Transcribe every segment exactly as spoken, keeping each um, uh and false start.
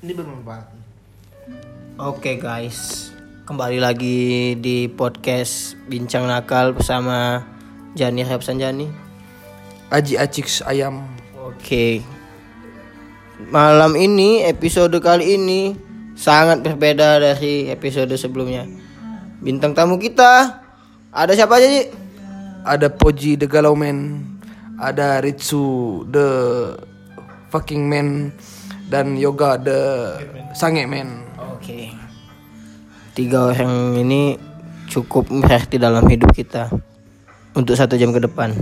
Ini bermanfaat. Oke guys, kembali lagi di podcast Bincang Nakal bersama Jani Repsanjani, Aji Aciks Ayam. Oke, malam ini episode kali ini sangat berbeda dari episode sebelumnya. Bintang tamu kita ada siapa aja, Ji? Ada Poji the Galau Man, ada Ritsu the fucking man, dan Yoga the sange man. Oke, tiga orang ini cukup berarti dalam hidup kita untuk satu jam ke depan.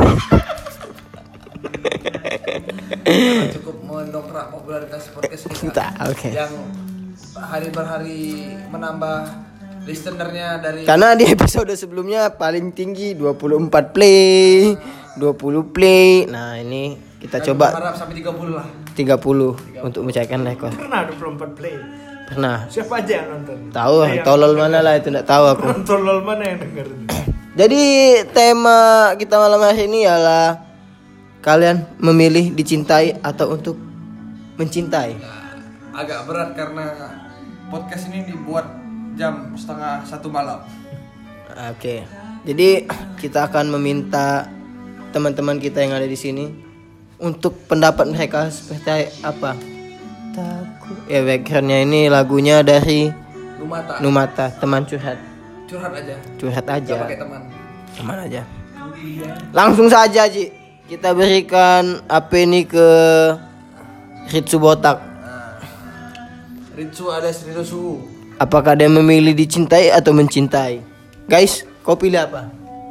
Cukup mendongkrak popularitas podcast kita. Oke. Yang hari per hari menambah listenernya dari. Karena di episode sebelumnya paling tinggi dua puluh empat play, dua puluh play. Nah, ini kita Kami coba berharap sampai tiga puluh lah. tiga puluh untuk mencairkan rekor. Pernah dua puluh empat play. Pernah. Siapa aja yang nonton? Tahu, tolol mana lah itu enggak tahu aku. Tolol mana yang denger? Jadi tema kita malam hari ini ialah kalian memilih dicintai atau untuk mencintai. Nah, agak berat karena podcast ini dibuat jam setengah satu malam. Oke. Jadi kita akan meminta teman-teman kita yang ada di sini untuk pendapat mereka seperti apa. Takut. Ya, backgroundnya ini lagunya dari Numata. Numata, teman curhat. Curhat aja. Curhat aja. Gak pakai teman. Teman aja. Langsung saja, Ji. Kita berikan apa ini ke Ritsu Botak. Nah, Ritsu ada Ritsu Suhu. Apakah dia memilih dicintai atau mencintai? Guys, kau pilih apa?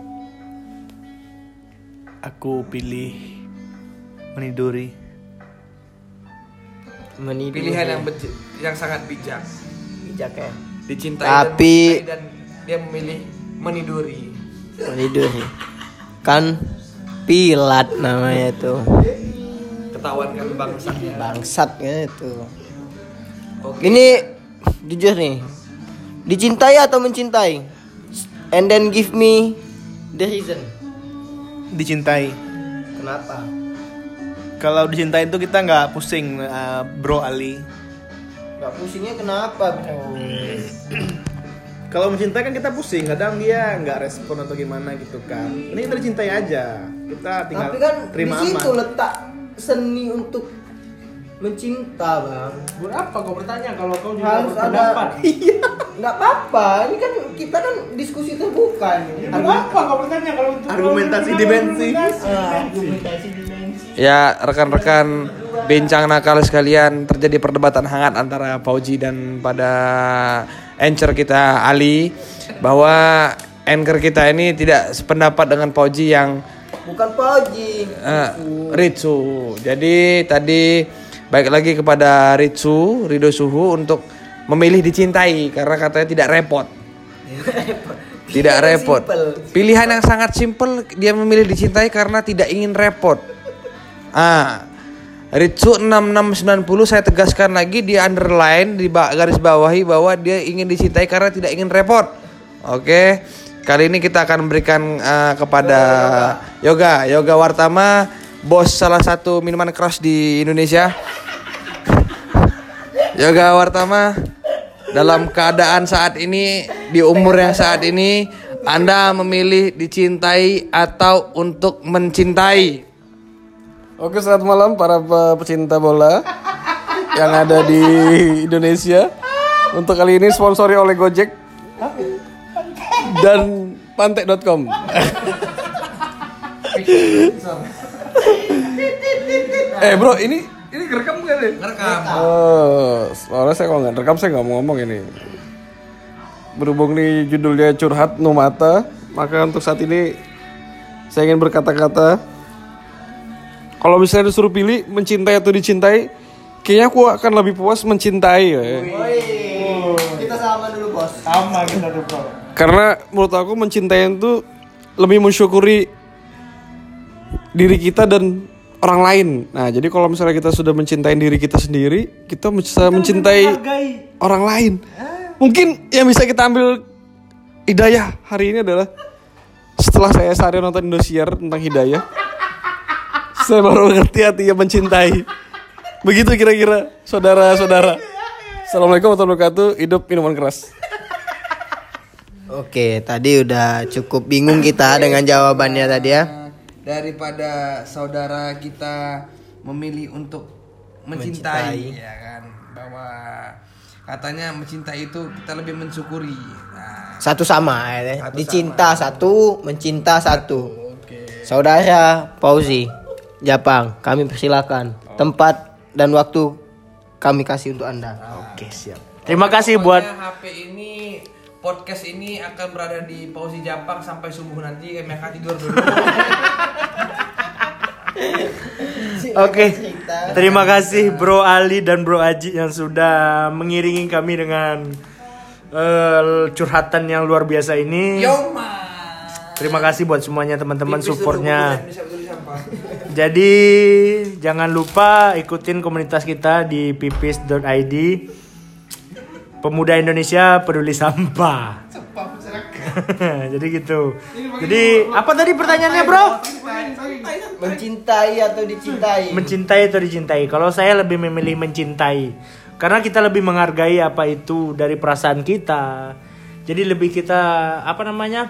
Aku pilih meniduri. Meniduri. Pilihan yang beji- yang sangat bijak. bijak ya. Dicintai Tapi- dan, mencintai dan dia memilih meniduri. Meniduri. Kan pilat namanya tuh. Ketahuan kan bangsatnya. Bangsatnya itu. Oke. Ini jujur nih. Dicintai atau mencintai? And then give me the reason. Dicintai. Kenapa? Kalau dicintai itu kita nggak pusing, uh, Bro Ali. Gak pusingnya kenapa, bro? Kalau mencintai kan kita pusing, kadang dia nggak respon atau gimana gitu kan. Ini kita dicintai aja, kita tinggal Tapi kan terima di situ aman. letak seni untuk mencinta, Bang. Buat apa kau bertanya kalau kau Harus ada. Iya. Nggak apa-apa. Ini kan kita kan diskusi terbuka nih. Buat apa kau bertanya kalau untuk Argumentasi dimensi. Ah, argumentasi dimensi. Ya, rekan-rekan bincang nakal sekalian, terjadi perdebatan hangat antara Pauji dan pada anchor kita Ali, bahwa anchor kita ini tidak sependapat dengan Pauji yang Bukan Pauji. uh, Ritsu. Jadi tadi baik lagi kepada Ritsu, Rido Suhu untuk memilih dicintai karena katanya tidak repot. Tidak repot. Pilihan yang sangat simpel, dia memilih dicintai karena tidak ingin repot. Ah, Ritsu enam enam sembilan nol, saya tegaskan lagi, di underline, di garis bawahi bahwa dia ingin dicintai karena tidak ingin repot. Oke, kali ini kita akan memberikan uh, kepada Yoga, Yoga Wartama, bos salah satu minuman keras di Indonesia. Yoga Wartama, dalam keadaan saat ini, di umur yang saat ini, Anda memilih dicintai atau untuk mencintai? Oke, selamat malam para pecinta bola yang ada di Indonesia. Untuk kali ini sponsori oleh Gojek dan pantek dot com. Eh bro, ini ini ngerekam nggak nih? Ngerekam. Oh, soalnya saya kalau nggak rekam saya nggak mau ngomong ini. Berhubung nih judulnya Curhat Numata, maka untuk saat ini saya ingin berkata-kata. Kalau misalnya disuruh pilih mencintai atau dicintai, kayaknya aku akan lebih puas mencintai. Ya. Kita sama dulu, Bos. Sama kita tuh bro. Karena menurut aku mencintai itu lebih mensyukuri diri kita dan orang lain. Nah, jadi kalau misalnya kita sudah mencintai diri kita sendiri, kita bisa mencintai orang lain. Mungkin yang bisa kita ambil hidayah hari ini adalah setelah saya sehari nonton Indosiar tentang hidayah, saya baru ngerti artinya mencintai. Begitu kira-kira saudara-saudara. Assalamualaikum warahmatullahi wabarakatuh. Hidup minuman keras. Oke, tadi udah cukup bingung kita dengan jawabannya tadi ya. Daripada saudara kita memilih untuk mencintai, Mencintai. ya kan, bahwa katanya mencintai itu kita lebih mensyukuri. Nah, Satu sama ya. Satu Dicinta sama. satu, mencinta satu. oke. Saudara Fauzi, Japang, kami persilakan. Tempat dan waktu kami kasih untuk Anda. Oke, siap. Terima kasih buat Pokoknya H P ini, podcast ini akan berada di Pausi Japang sampai subuh nanti. Kami akan tidur dulu. Oke. Terima kasih Bro Ali dan Bro Aji yang sudah mengiringi kami dengan eh, curhatan yang luar biasa ini. Yoma. Terima kasih buat semuanya teman-teman Pipis supportnya. dulu, bisa beli sampah. Jadi jangan lupa ikutin komunitas kita di pipis dot i d. Pemuda Indonesia peduli sampah. Jadi gitu. Jadi apa tadi pertanyaannya bro? Mencintai atau dicintai? Mencintai atau dicintai? Kalau saya lebih memilih mencintai, karena kita lebih menghargai apa itu dari perasaan kita. Jadi lebih kita apa namanya?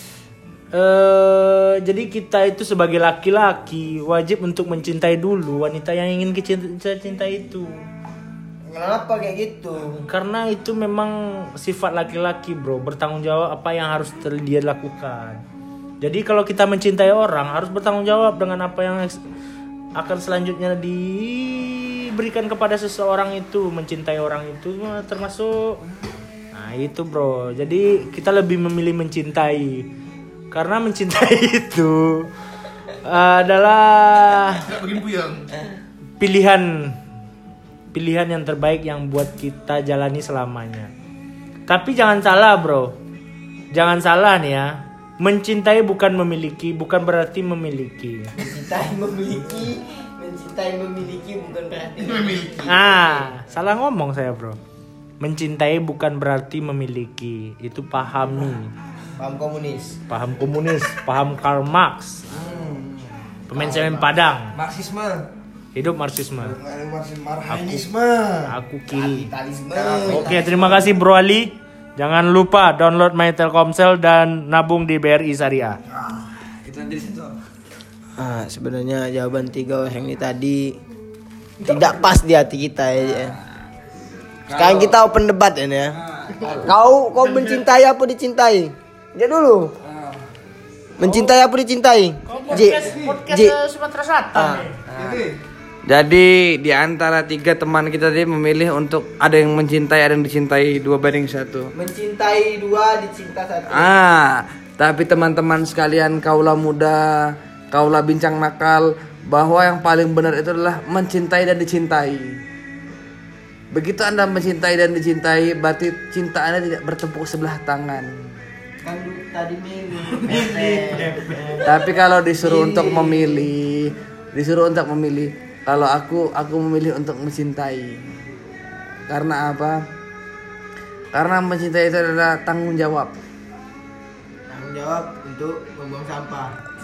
Eh, jadi kita itu sebagai laki-laki wajib untuk mencintai dulu wanita yang ingin kita cintai itu. Kenapa kayak gitu? Karena itu memang sifat laki-laki bro, bertanggung jawab apa yang harus ter- dia lakukan. Jadi kalau kita mencintai orang harus bertanggung jawab dengan apa yang eks- akan selanjutnya diberikan kepada seseorang itu. Mencintai orang itu termasuk, nah itu bro. Jadi kita lebih memilih mencintai, karena mencintai itu adalah pilihan pilihan yang terbaik yang buat kita jalani selamanya. Tapi jangan salah bro, jangan salah nih ya. Mencintai bukan memiliki, bukan berarti memiliki. Mencintai memiliki, mencintai memiliki bukan berarti memiliki. Ah, salah ngomong saya bro. Mencintai bukan berarti memiliki. Itu pahami. Paham komunis. Paham komunis, paham Karl Marx. Pemain semen Padang. Marxisme. Hidup Marxisme. Marxisme. Aku kiri. Kapitalisme. Oke, terima kasih Bro Ali. Jangan lupa download My Telkomsel dan nabung di B R I Syariah. Kita jadi sensor. Ah, sebenarnya jawaban tiga orang ini tadi tidak pas di hati kita ya. Sekarang kita open debat ya. ya. Kau kau mencintai apa dicintai? Dia dulu. Mencintai apa dicintai? J. J. Sumatera Selatan. Jadi di antara tiga teman kita tadi memilih untuk ada yang mencintai, ada yang dicintai, dua banding satu. Mencintai dua, dicinta satu. Ah, tapi teman-teman sekalian, kaulah muda, kaulah bincang nakal, bahwa yang paling benar itu adalah mencintai dan dicintai. Begitu Anda mencintai dan dicintai, berarti cinta Anda tidak bertepuk sebelah tangan. Kan tadi milih. Tapi kalau disuruh untuk memilih, disuruh untuk memilih, kalau aku aku memilih untuk mencintai. Karena apa? Karena mencintai itu adalah tanggung jawab. Tanggung jawab untuk membuang sampah.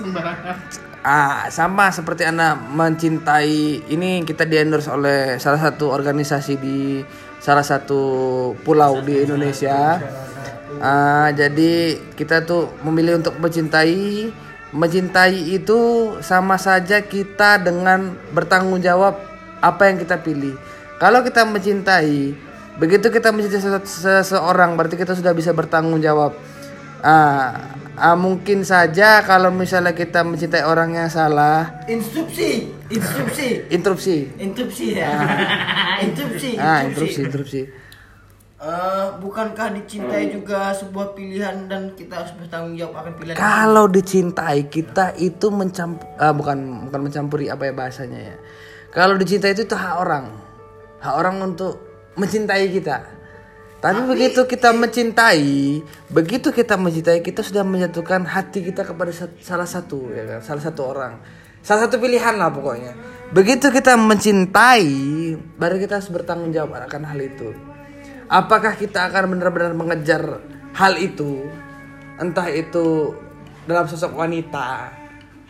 Ah, sama seperti Anda mencintai, ini kita di-endorse oleh salah satu organisasi di salah satu pulau di Indonesia. Ah, jadi kita tuh memilih untuk mencintai. Mencintai itu sama saja kita dengan bertanggung jawab apa yang kita pilih. Kalau kita mencintai, begitu kita mencintai sese- seseorang, berarti kita sudah bisa bertanggung jawab. Ah, ah, mungkin saja kalau misalnya kita mencintai orang yang salah, Instruksi, instruksi, interupsi. interupsi ya. Interupsi, Ah, interupsi, interupsi. Eh, bukankah dicintai juga sebuah pilihan dan kita harus bertanggung jawab akan pilihan? Kalau dicintai kita itu mencampur, ah, bukan bukan mencampuri apa ya bahasanya ya. Kalau dicintai itu, itu hak orang, hak orang untuk mencintai kita. Tapi, begitu kita mencintai, begitu kita mencintai, kita sudah menyatukan hati kita kepada sa- salah satu, ya kan, salah satu orang, salah satu pilihan lah pokoknya. Begitu kita mencintai, baru kita harus bertanggung jawab akan hal itu. Apakah kita akan benar-benar mengejar hal itu, entah itu dalam sosok wanita,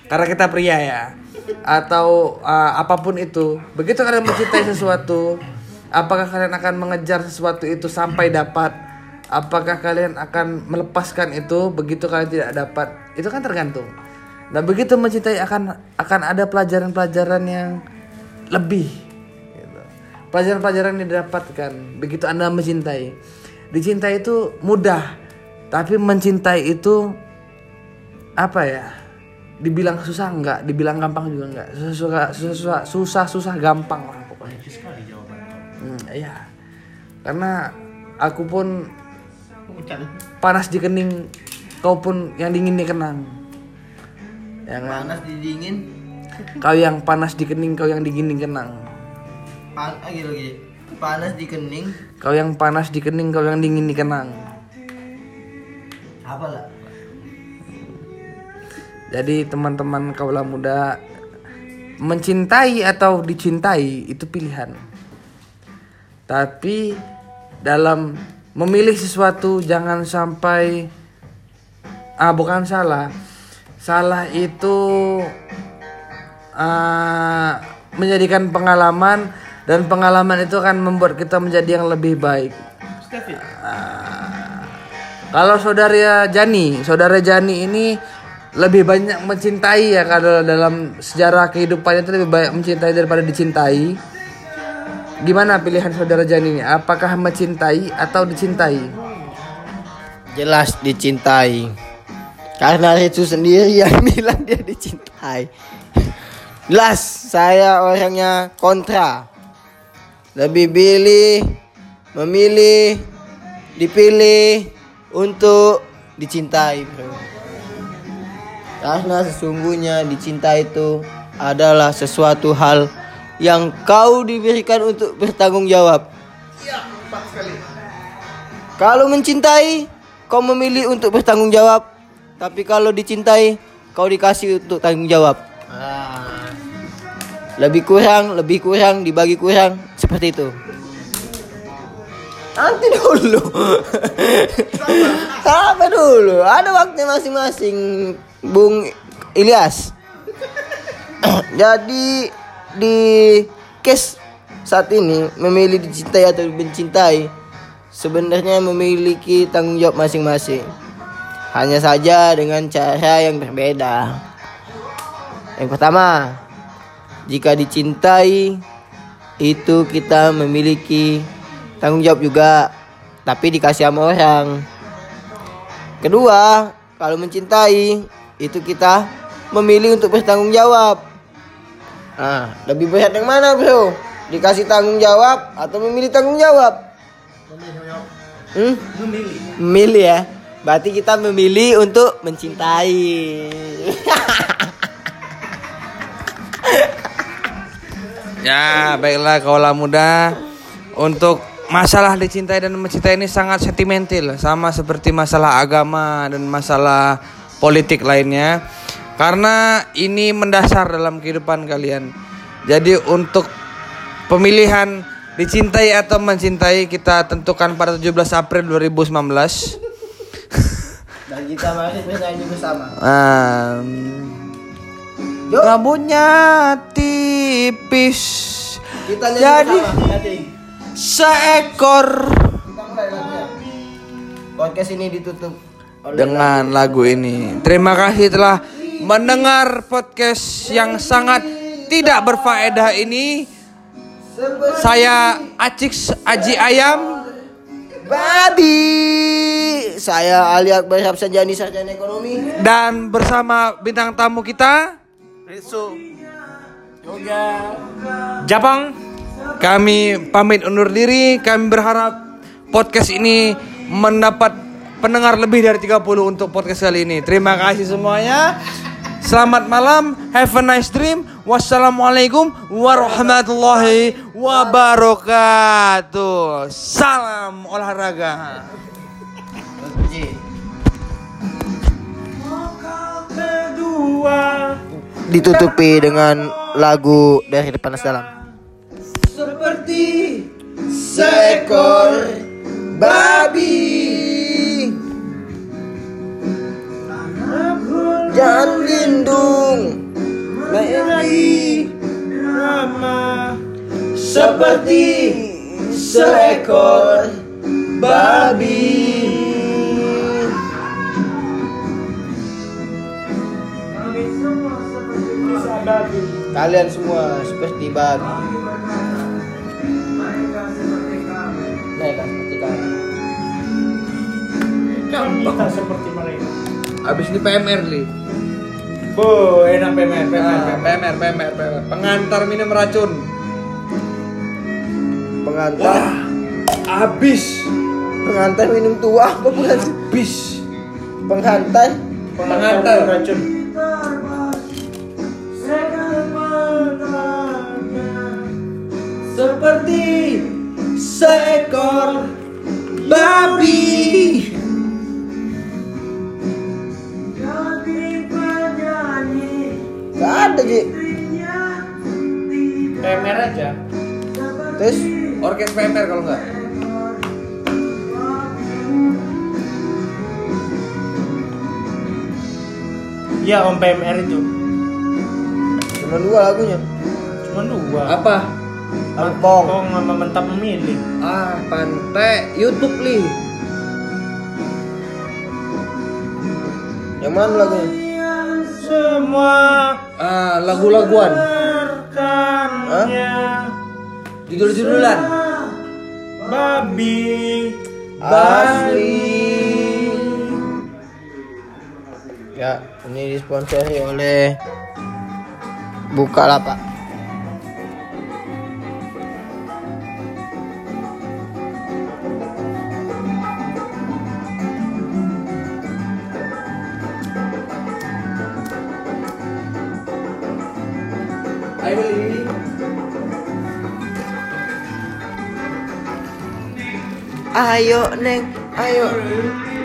karena kita pria ya, atau uh, apapun itu, begitu kalian mencintai sesuatu, apakah kalian akan mengejar sesuatu itu sampai dapat? Apakah kalian akan melepaskan itu begitu kalian tidak dapat? Itu kan tergantung. Nah, begitu mencintai akan akan ada pelajaran-pelajaran yang lebih. Gitu. Pelajaran-pelajaran yang didapatkan begitu Anda mencintai. Dicintai itu mudah, tapi mencintai itu apa ya? Dibilang susah enggak, dibilang gampang juga enggak. Susah susah susah susah gampang lah pokoknya. Hmm, iya. Karena aku pun panas di kening, kau pun yang dingin di kenang. Yang Panas di dingin. kau yang panas di kening, kau yang dingin di kenang. Pan lagi lagi. Panas di kening. Kau yang panas di kening, kau yang dingin di kenang. Apa lah? Jadi teman-teman kaula muda, mencintai atau dicintai itu pilihan. Tapi dalam memilih sesuatu jangan sampai ah bukan salah. Salah itu uh, menjadikan pengalaman, dan pengalaman itu akan membuat kita menjadi yang lebih baik. Uh, kalau saudara Jani, saudara Jani ini lebih banyak mencintai ya, kalau dalam sejarah kehidupannya itu lebih banyak mencintai daripada dicintai. Gimana pilihan saudara Jani ini? Apakah mencintai atau dicintai? Jelas dicintai. Karena itu sendiri yang bilang dia dicintai. Jelas saya orangnya kontra. Lebih pilih, memilih, dipilih untuk dicintai, bro. Karena sesungguhnya dicinta itu adalah sesuatu hal yang kau diberikan untuk bertanggung jawab. Iya, tepat sekali. Kalau mencintai, kau memilih untuk bertanggung jawab. Tapi kalau dicintai, kau dikasih untuk tanggung jawab. Ah. Lebih kurang, lebih kurang, dibagi kurang, seperti itu. Nanti dulu. Sabar dulu. Ada waktunya masing-masing, Bung Ilyas. Jadi di case saat ini memilih dicintai atau mencintai sebenarnya memiliki tanggung jawab masing-masing. Hanya saja dengan cara yang berbeda. Yang pertama, jika dicintai itu kita memiliki tanggung jawab juga, tapi dikasih sama orang. Kedua, kalau mencintai itu kita memilih untuk bertanggung jawab. Nah, lebih berat yang mana, bro? Dikasih tanggung jawab atau memilih tanggung jawab? Hmm? Memilih. Memilih ya. Berarti kita memilih untuk mencintai. Ya, baiklah kaula muda. Untuk masalah dicintai dan mencintai ini sangat sentimental, sama seperti masalah agama dan masalah politik lainnya. Karena ini mendasar dalam kehidupan kalian. Jadi untuk pemilihan dicintai atau mencintai kita tentukan pada tujuh belas April dua ribu sembilan belas. Dan kita mari bernyanyi bersama. Um, rambutnya tipis. Kita jadi bersama. Seekor. Kita mulai lagunya. Podcast ini ditutup oleh dengan lagu ini. Terima kasih telah mendengar podcast yang sangat tidak berfaedah ini. Saya Acik Aji Ayam Babi. Saya Ali Akbar Habsanjani, sarjana ekonomi. Dan bersama bintang tamu kita Ritsu. Japang. Kami pamit undur diri. Kami berharap podcast ini mendapat pendengar lebih dari tiga puluh untuk podcast kali ini. Terima kasih semuanya. Selamat malam. Have a nice dream. Wassalamualaikum warahmatullahi wabarakatuh. Salam olahraga. Ditutupi dengan lagu dari Panas Dalam. Seperti seekor babi. Jangan lindung seperti seekor babi. Kalian semua seperti babi. Mereka seperti kami. Kita seperti mereka. Habis ini P M R li. Bu, enak P M R, P M R, Nah, P M R, P M R, P M R. Pengantar minum racun. Pengantar, Habis. pengantar minum tua apa bukan? Habis. Pengantar, Pengantar. racun. seperti seekor babi. Gak ada Ji. P M R aja. Terus Orkes P M R kalau enggak. Iya Om P M R itu. cuma dua lagunya. Cuma dua. Apa? Angkong. Kok sama mentap memilih. Ah, pantai YouTube li. Yang mana lagunya? Semua Ah, lagu-laguan. rekannya Judul-judulan. babi Asli. Ya, ini disponsori oleh Bukalapak. Ayo beli. Ayo Neng, ayo.